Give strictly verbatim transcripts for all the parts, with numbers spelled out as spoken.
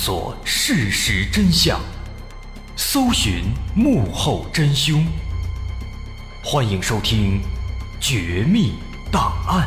索事实真相，搜寻幕后真凶。欢迎收听《绝密档案》。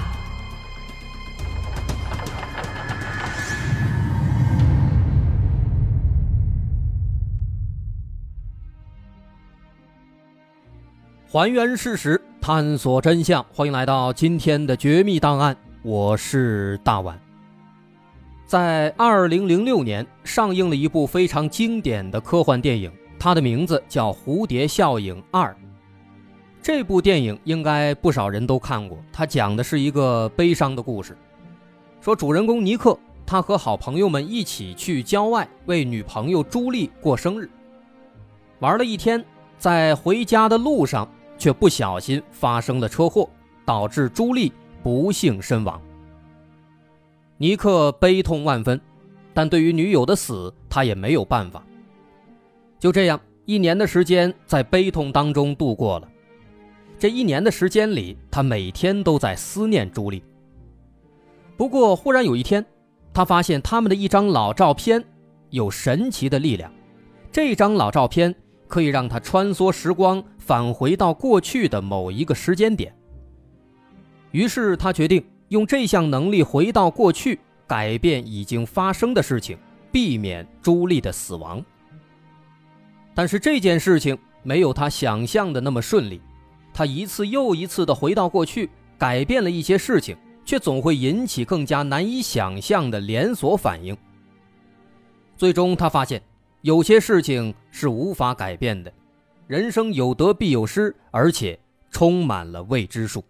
还原事实，探索真相，欢迎来到今天的绝密档案，我是大碗。在二零零六年上映了一部非常经典的科幻电影，它的名字叫《蝴蝶效应二》。这部电影应该不少人都看过，它讲的是一个悲伤的故事，说主人公尼克他和好朋友们一起去郊外为女朋友朱莉过生日，玩了一天，在回家的路上却不小心发生了车祸，导致朱莉不幸身亡。尼克悲痛万分，但对于女友的死他也没有办法。就这样一年的时间在悲痛当中度过了。这一年的时间里，他每天都在思念朱莉。不过忽然有一天，他发现他们的一张老照片有神奇的力量，这张老照片可以让他穿梭时光，返回到过去的某一个时间点。于是他决定用这项能力回到过去，改变已经发生的事情，避免朱莉的死亡。但是这件事情没有他想象的那么顺利，他一次又一次地回到过去，改变了一些事情，却总会引起更加难以想象的连锁反应。最终他发现有些事情是无法改变的，人生有得必有失，而且充满了未知数。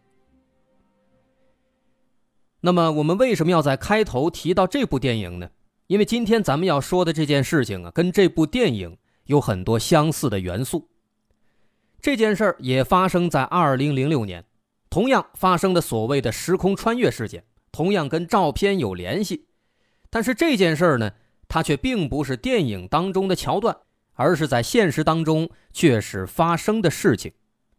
那么我们为什么要在开头提到这部电影呢？因为今天咱们要说的这件事情啊，跟这部电影有很多相似的元素。这件事儿也发生在二零零六年，同样发生的所谓的时空穿越事件，同样跟照片有联系。但是这件事儿呢，它却并不是电影当中的桥段，而是在现实当中确实发生的事情。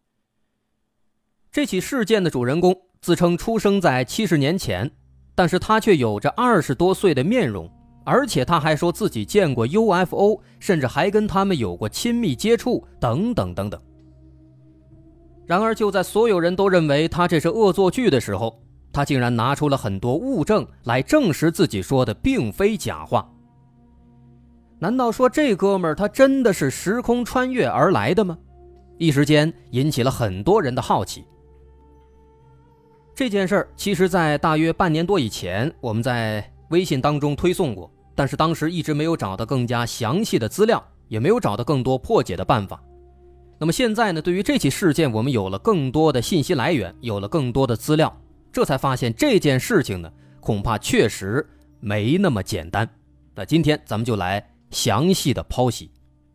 这起事件的主人公自称出生在七十年前，但是他却有着二十多岁的面容，而且他还说自己见过 U F O， 甚至还跟他们有过亲密接触等等等等。然而就在所有人都认为他这是恶作剧的时候，他竟然拿出了很多物证来证实自己说的并非假话。难道说这哥们儿他真的是时空穿越而来的吗？一时间引起了很多人的好奇。这件事儿其实在大约半年多以前，我们在微信当中推送过，但是当时一直没有找到更加详细的资料，也没有找到更多破解的办法。那么现在呢，对于这起事件我们有了更多的信息来源，有了更多的资料，这才发现这件事情呢，恐怕确实没那么简单。那今天咱们就来详细的剖析。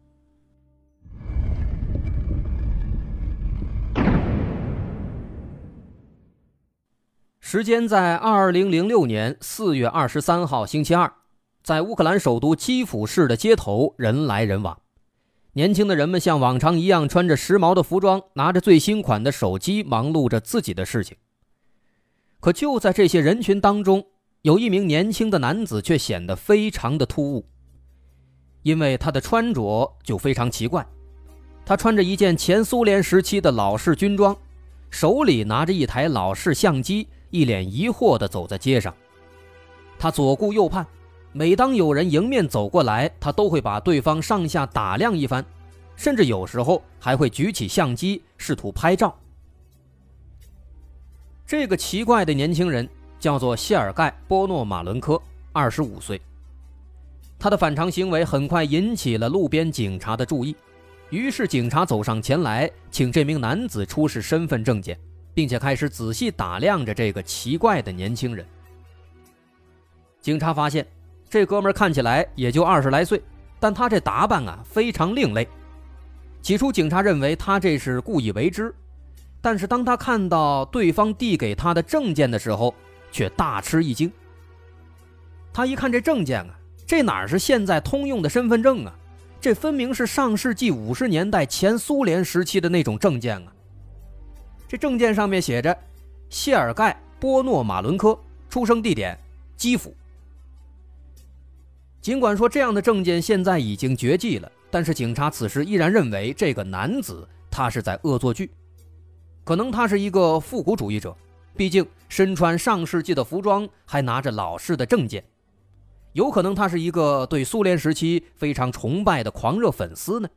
时间在二零零六年四月二十三号星期二，在乌克兰首都基辅市的街头人来人往。年轻的人们像往常一样穿着时髦的服装，拿着最新款的手机，忙碌着自己的事情。可就在这些人群当中，有一名年轻的男子却显得非常的突兀，因为他的穿着就非常奇怪。他穿着一件前苏联时期的老式军装，手里拿着一台老式相机，一脸疑惑地走在街上。他左顾右盼，每当有人迎面走过来，他都会把对方上下打量一番，甚至有时候还会举起相机试图拍照。这个奇怪的年轻人叫做谢尔盖·波诺马伦科，二十五岁。他的反常行为很快引起了路边警察的注意，于是警察走上前来，请这名男子出示身份证件，并且开始仔细打量着这个奇怪的年轻人。警察发现这哥们儿看起来也就二十来岁，但他这打扮啊非常另类。起初警察认为他这是故意为之，但是当他看到对方递给他的证件的时候，却大吃一惊。他一看这证件啊，这哪是现在通用的身份证啊，这分明是上世纪五十年代前苏联时期的那种证件啊。这证件上面写着谢尔盖·波诺马伦科，出生地点基辅。 尽管说这样的证件现在已经绝迹了，但是警察此时依然认为这个男子他是在恶作剧。可能他是一个复古主义者，毕竟身穿上世纪的服装，还拿着老式的证件。有可能他是一个对苏联时期非常崇拜的狂热粉丝呢。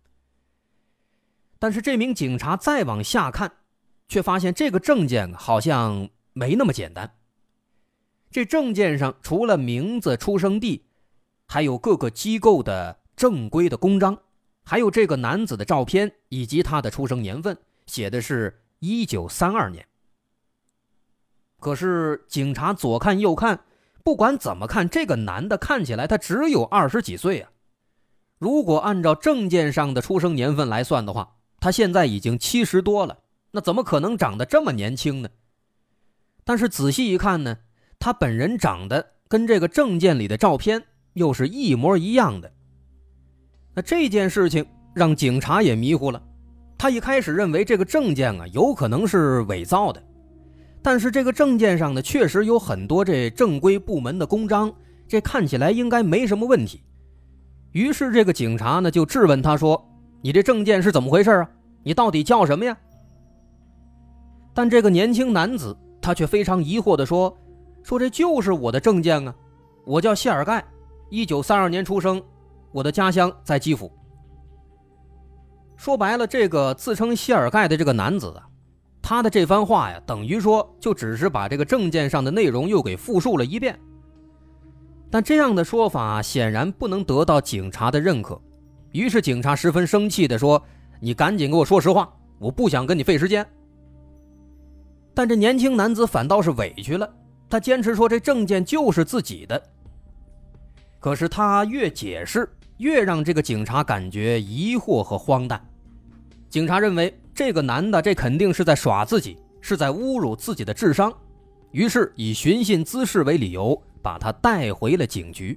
但是这名警察再往下看，却发现这个证件好像没那么简单。这证件上除了名字、出生地，还有各个机构的正规的公章，还有这个男子的照片以及他的出生年份，写的是一九三二年。可是警察左看右看，不管怎么看，这个男的看起来他只有二十几岁啊。如果按照证件上的出生年份来算的话，他现在已经七十多了，那怎么可能长得这么年轻呢？但是仔细一看呢，他本人长得跟这个证件里的照片又是一模一样的。那这件事情让警察也迷糊了，他一开始认为这个证件啊有可能是伪造的，但是这个证件上呢确实有很多这正规部门的公章，这看起来应该没什么问题。于是这个警察呢就质问他说，你这证件是怎么回事啊？你到底叫什么呀？但这个年轻男子他却非常疑惑地说，说这就是我的证件啊，我叫谢尔盖，一九三二年出生，我的家乡在基辅。说白了，这个自称谢尔盖的这个男子啊，他的这番话呀，等于说就只是把这个证件上的内容又给复述了一遍。但这样的说法显然不能得到警察的认可，于是警察十分生气地说，你赶紧给我说实话，我不想跟你费时间。但这年轻男子反倒是委屈了，他坚持说这证件就是自己的。可是他越解释，越让这个警察感觉疑惑和荒诞。警察认为这个男的这肯定是在耍自己，是在侮辱自己的智商，于是以寻衅滋事为理由把他带回了警局。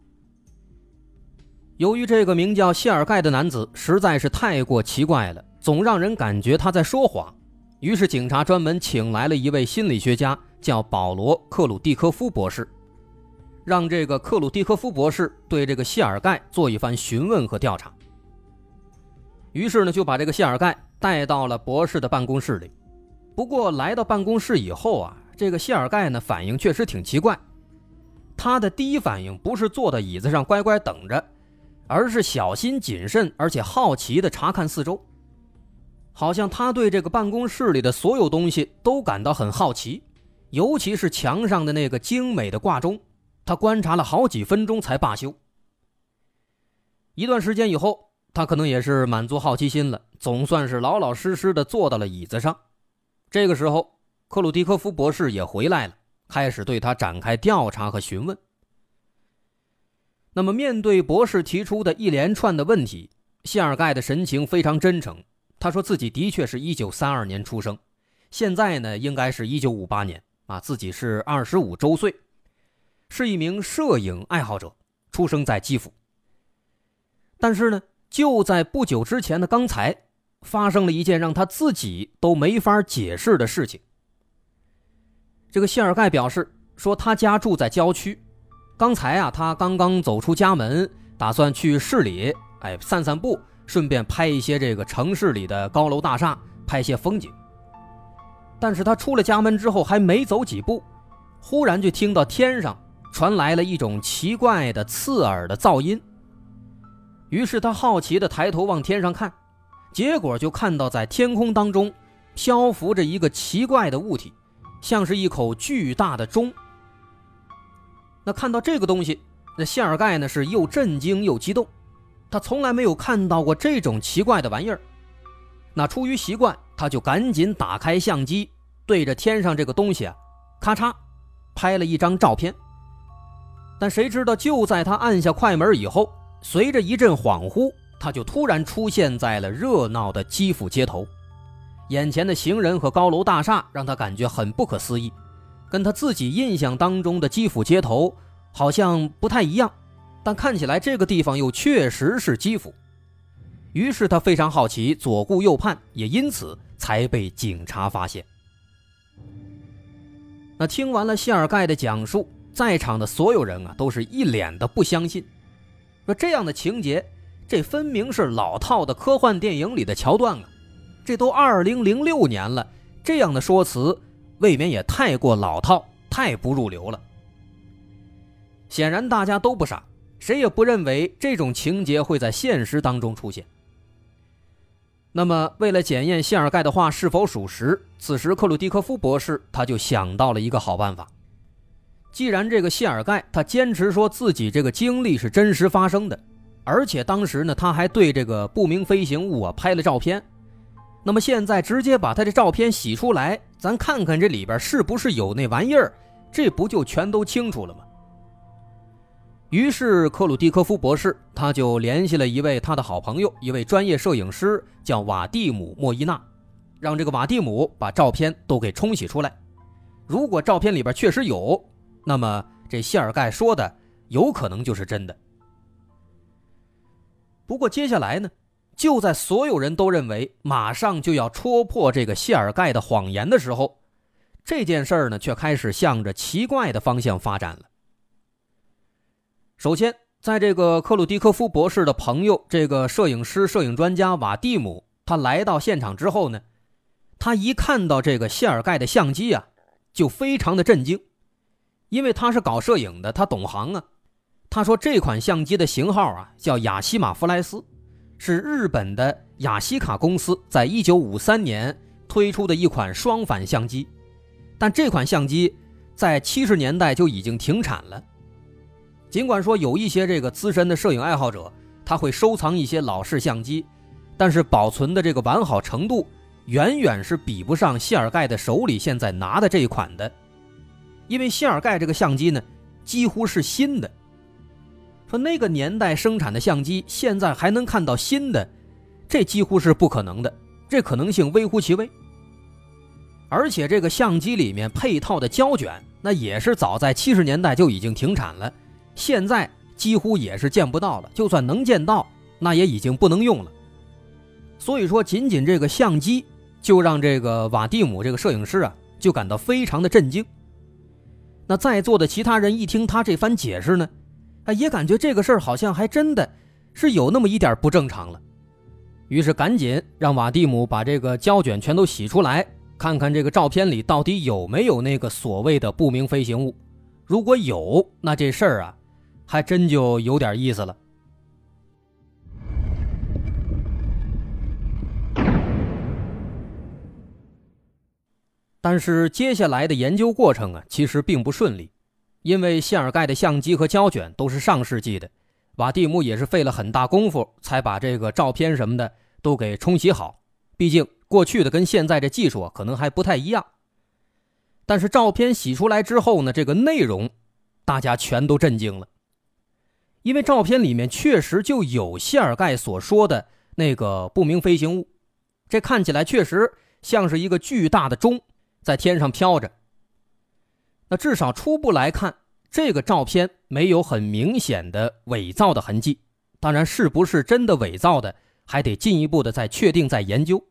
由于这个名叫谢尔盖的男子实在是太过奇怪了，总让人感觉他在说谎，于是警察专门请来了一位心理学家，叫保罗·克鲁蒂科夫博士，让这个克鲁蒂科夫博士对这个谢尔盖做一番询问和调查。于是呢，就把这个谢尔盖带到了博士的办公室里。不过来到办公室以后啊，这个谢尔盖呢反应确实挺奇怪。他的第一反应不是坐在椅子上乖乖等着，而是小心谨慎而且好奇地查看四周，好像他对这个办公室里的所有东西都感到很好奇，尤其是墙上的那个精美的挂钟，他观察了好几分钟才罢休。一段时间以后，他可能也是满足好奇心了，总算是老老实实地坐到了椅子上。这个时候，克鲁蒂科夫博士也回来了，开始对他展开调查和询问。那么面对博士提出的一连串的问题，谢尔盖的神情非常真诚，他说自己的确是一九三二年出生，现在呢应该是一九五八年啊，自己是二十五周岁，是一名摄影爱好者，出生在基辅。但是呢，就在不久之前的刚才，发生了一件让他自己都没法解释的事情。这个谢尔盖表示说，他家住在郊区，刚才啊，他刚刚走出家门，打算去市里哎散散步，顺便拍一些这个城市里的高楼大厦，拍些风景。但是他出了家门之后还没走几步，忽然就听到天上传来了一种奇怪的刺耳的噪音。于是他好奇地抬头往天上看，结果就看到在天空当中漂浮着一个奇怪的物体，像是一口巨大的钟。那看到这个东西，那谢尔盖呢是又震惊又激动，他从来没有看到过这种奇怪的玩意儿。那出于习惯，他就赶紧打开相机，对着天上这个东西啊，咔嚓拍了一张照片。但谁知道就在他按下快门以后，随着一阵恍惚，他就突然出现在了热闹的基辅街头。眼前的行人和高楼大厦让他感觉很不可思议，跟他自己印象当中的基辅街头好像不太一样，但看起来这个地方又确实是基辅。于是他非常好奇，左顾右盼，也因此才被警察发现。那听完了谢尔盖的讲述， 在场的所有人啊都是一脸的不相信。说这样的情节，这分明是老套的科幻电影里的桥段啊，这都二零零六年了，这样的说辞未免也太过老套，太不入流了。显然大家都不傻，谁也不认为这种情节会在现实当中出现。那么为了检验谢尔盖的话是否属实，此时克鲁迪科夫博士他就想到了一个好办法。既然这个谢尔盖他坚持说自己这个经历是真实发生的，而且当时呢他还对这个不明飞行物啊拍了照片，那么现在直接把他这照片洗出来，咱看看这里边是不是有那玩意儿，这不就全都清楚了吗？于是克鲁蒂科夫博士他就联系了一位他的好朋友，一位专业摄影师，叫瓦蒂姆·莫伊纳，让这个瓦蒂姆把照片都给冲洗出来。如果照片里边确实有，那么这谢尔盖说的有可能就是真的。不过接下来呢，就在所有人都认为马上就要戳破这个谢尔盖的谎言的时候，这件事儿呢却开始向着奇怪的方向发展了。首先，在这个克鲁迪科夫博士的朋友，这个摄影师、摄影专家瓦蒂姆，他来到现场之后呢，他一看到这个谢尔盖的相机啊，就非常的震惊，因为他是搞摄影的，他懂行啊。他说这款相机的型号啊叫雅西玛弗莱斯，是日本的雅西卡公司在一九五三年推出的一款双反相机，但这款相机在七十年代就已经停产了。尽管说有一些这个资深的摄影爱好者，他会收藏一些老式相机，但是保存的这个完好程度远远是比不上谢尔盖的手里现在拿的这一款的。因为谢尔盖这个相机呢几乎是新的，说那个年代生产的相机现在还能看到新的，这几乎是不可能的，这可能性微乎其微。而且这个相机里面配套的胶卷，那也是早在七十年代就已经停产了，现在几乎也是见不到了，就算能见到，那也已经不能用了。所以说仅仅这个相机就让这个瓦蒂姆这个摄影师啊就感到非常的震惊。那在座的其他人一听他这番解释呢，也感觉这个事儿好像还真的是有那么一点不正常了。于是赶紧让瓦蒂姆把这个胶卷全都洗出来，看看这个照片里到底有没有那个所谓的不明飞行物。如果有，那这事儿啊还真就有点意思了。但是接下来的研究过程啊其实并不顺利，因为谢尔盖的相机和胶卷都是上世纪的，瓦蒂姆也是费了很大功夫才把这个照片什么的都给冲洗好，毕竟过去的跟现在这技术啊可能还不太一样。但是照片洗出来之后呢，这个内容大家全都震惊了，因为照片里面确实就有谢尔盖所说的那个不明飞行物，这看起来确实像是一个巨大的钟在天上飘着。那至少初步来看，这个照片没有很明显的伪造的痕迹，当然是不是真的伪造的还得进一步的再确定再研究。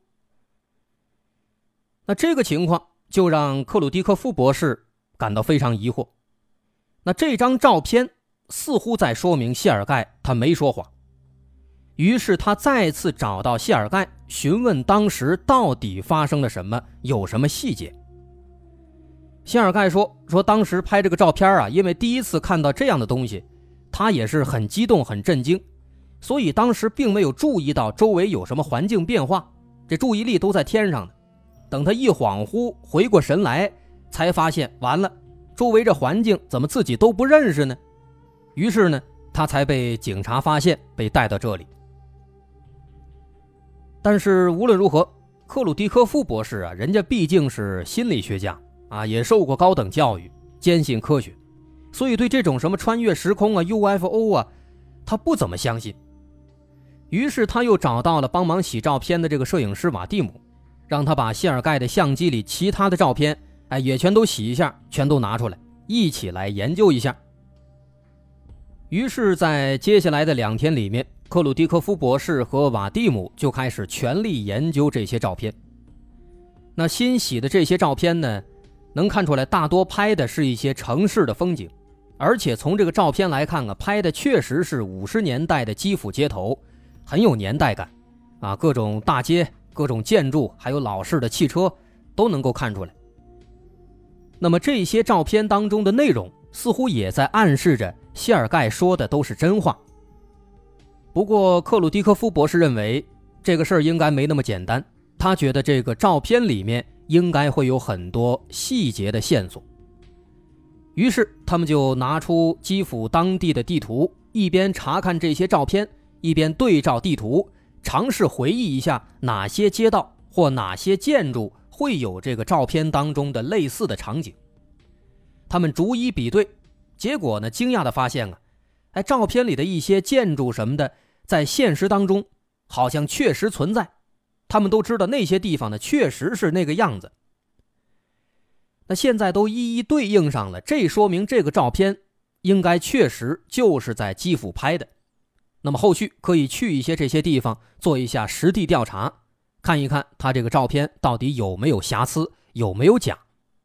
那这个情况就让克鲁迪科夫博士感到非常疑惑。那这张照片似乎在说明谢尔盖他没说谎，于是他再次找到谢尔盖，询问当时到底发生了什么，有什么细节。谢尔盖说说当时拍这个照片啊，因为第一次看到这样的东西，他也是很激动很震惊，所以当时并没有注意到周围有什么环境变化，这注意力都在天上呢。等他一恍惚回过神来，才发现完了，周围这环境怎么自己都不认识呢？于是呢，他才被警察发现，被带到这里。但是无论如何，克鲁迪科夫博士啊，人家毕竟是心理学家啊，也受过高等教育，坚信科学，所以对这种什么穿越时空啊 U F O 啊，他不怎么相信。于是他又找到了帮忙洗照片的这个摄影师瓦蒂姆，让他把谢尔盖的相机里其他的照片哎，也全都洗一下，全都拿出来一起来研究一下。于是在接下来的两天里面，克鲁迪科夫博士和瓦蒂姆就开始全力研究这些照片。那新洗的这些照片呢，能看出来大多拍的是一些城市的风景， 而且从这个照片来看啊，拍的确实是五十年代的基辅街头，很有年代感啊，各种大街、各种建筑，还有老式的汽车都能够看出来。那么这些照片当中的内容似乎也在暗示着谢尔盖说的都是真话。不过克鲁迪科夫博士认为这个事儿应该没那么简单，他觉得这个照片里面应该会有很多细节的线索。于是他们就拿出基辅当地的地图，一边查看这些照片，一边对照地图，尝试回忆一下哪些街道或哪些建筑会有这个照片当中的类似的场景。他们逐一比对，结果呢，惊讶地发现啊，哎，照片里的一些建筑什么的，在现实当中好像确实存在。他们都知道那些地方呢，确实是那个样子。那现在都一一对应上了，这说明这个照片应该确实就是在基辅拍的。那么后续可以去一些这些地方做一下实地调查，看一看他这个照片到底有没有瑕疵，有没有假。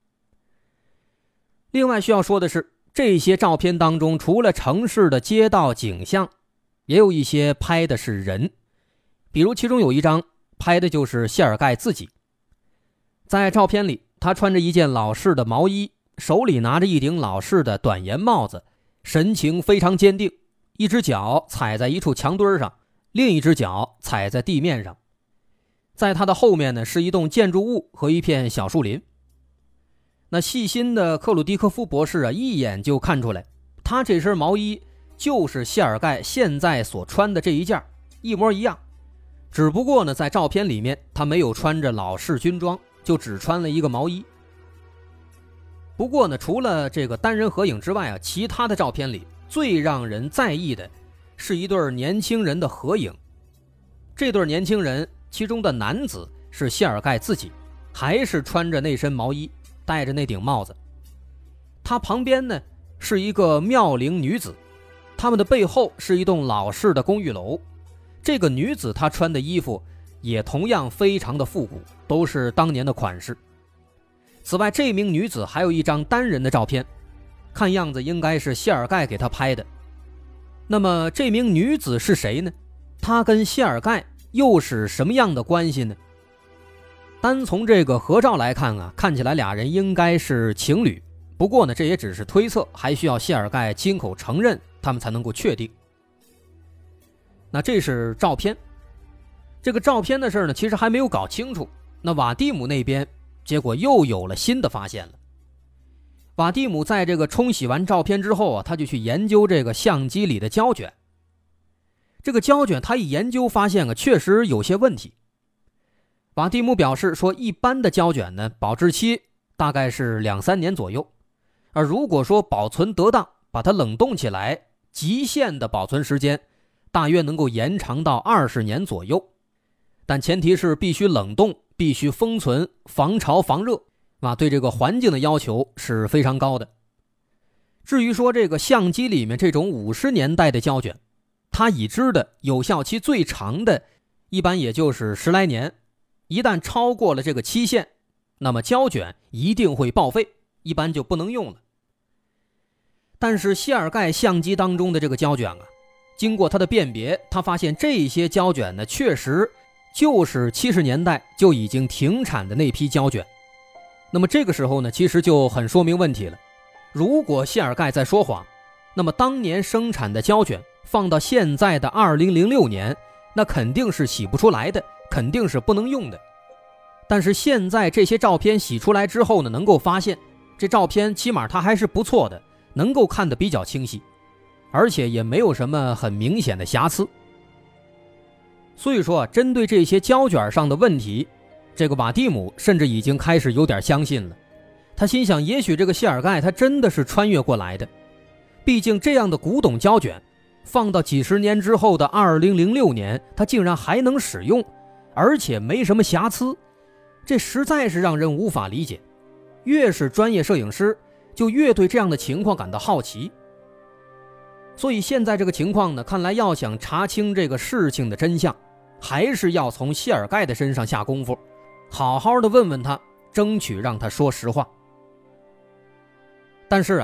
另外需要说的是，这些照片当中除了城市的街道景象，也有一些拍的是人。比如其中有一张拍的就是谢尔盖自己。在照片里，他穿着一件老式的毛衣，手里拿着一顶老式的短檐帽子，神情非常坚定，一只脚踩在一处墙墩上，另一只脚踩在地面上。在他的后面呢，是一栋建筑物和一片小树林。那细心的克鲁迪科夫博士啊，一眼就看出来，他这身毛衣就是谢尔盖现在所穿的这一件，一模一样。只不过呢，在照片里面他没有穿着老式军装，就只穿了一个毛衣。不过呢，除了这个单人合影之外啊，其他的照片里最让人在意的是一对年轻人的合影。这对年轻人其中的男子是谢尔盖自己，还是穿着那身毛衣，戴着那顶帽子。他旁边呢是一个妙龄女子，他们的背后是一栋老式的公寓楼。这个女子她穿的衣服也同样非常的复古，都是当年的款式。此外，这名女子还有一张单人的照片，看样子应该是谢尔盖给她拍的。那么这名女子是谁呢？她跟谢尔盖又是什么样的关系呢？单从这个合照来看啊，看起来俩人应该是情侣。不过呢，这也只是推测，还需要谢尔盖亲口承认，他们才能够确定。那这是照片。这个照片的事呢，其实还没有搞清楚。那瓦蒂姆那边结果又有了新的发现了。瓦蒂姆在这个冲洗完照片之后啊，他就去研究这个相机里的胶卷。这个胶卷他一研究发现啊，确实有些问题。瓦蒂姆表示说，一般的胶卷呢，保质期大概是两三年左右，而如果说保存得当，把它冷冻起来，极限的保存时间大约能够延长到二十年左右。但前提是必须冷冻，必须封存，防潮防热啊，对这个环境的要求是非常高的。至于说这个相机里面这种五十年代的胶卷，它已知的有效期最长的一般也就是十来年，一旦超过了这个期限，那么胶卷一定会报废，一般就不能用了。但是谢尔盖相机当中的这个胶卷啊，经过他的辨别，他发现这些胶卷呢，确实就是七十年代就已经停产的那批胶卷。那么这个时候呢，其实就很说明问题了。如果谢尔盖在说谎，那么当年生产的胶卷放到现在的二零零六年，那肯定是洗不出来的，肯定是不能用的。但是现在这些照片洗出来之后呢，能够发现这照片起码它还是不错的，能够看得比较清晰，而且也没有什么很明显的瑕疵。所以说啊，针对这些胶卷上的问题，这个瓦蒂姆甚至已经开始有点相信了。他心想，也许这个谢尔盖他真的是穿越过来的，毕竟这样的古董胶卷放到几十年之后的二零零六年，它竟然还能使用，而且没什么瑕疵，这实在是让人无法理解。越是专业摄影师，就越对这样的情况感到好奇。所以现在这个情况呢，看来要想查清这个事情的真相，还是要从谢尔盖的身上下功夫，好好的问问他，争取让他说实话。但是啊，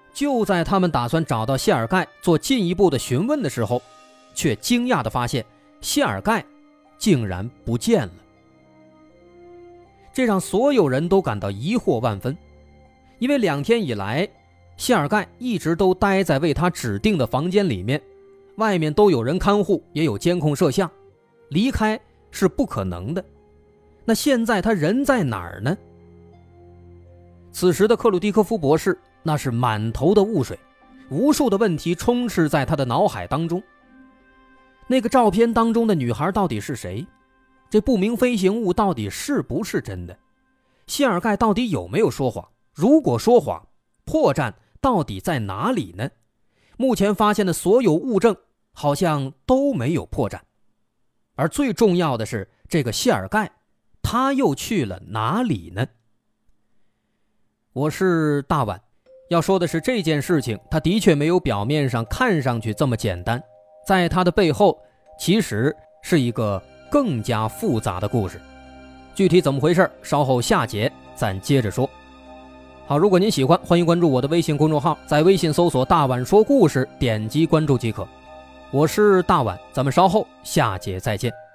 就在他们打算找到谢尔盖做进一步的询问的时候，却惊讶地发现谢尔盖竟然不见了。这让所有人都感到疑惑万分，因为两天以来，谢尔盖一直都待在为他指定的房间里面，外面都有人看护，也有监控摄像，离开是不可能的。那现在他人在哪儿呢？此时的克鲁蒂科夫博士那是满头的雾水，无数的问题充斥在他的脑海当中。那个照片当中的女孩到底是谁？这不明飞行物到底是不是真的？谢尔盖到底有没有说谎？如果说谎，破绽到底在哪里呢？目前发现的所有物证好像都没有破绽。而最重要的是，这个谢尔盖他又去了哪里呢？我是大碗，要说的是这件事情它的确没有表面上看上去这么简单，在它的背后其实是一个更加复杂的故事。具体怎么回事，稍后下节咱接着说。好，如果您喜欢，欢迎关注我的微信公众号，在微信搜索大碗说故事，点击关注即可。我是大碗，咱们稍后下节再见。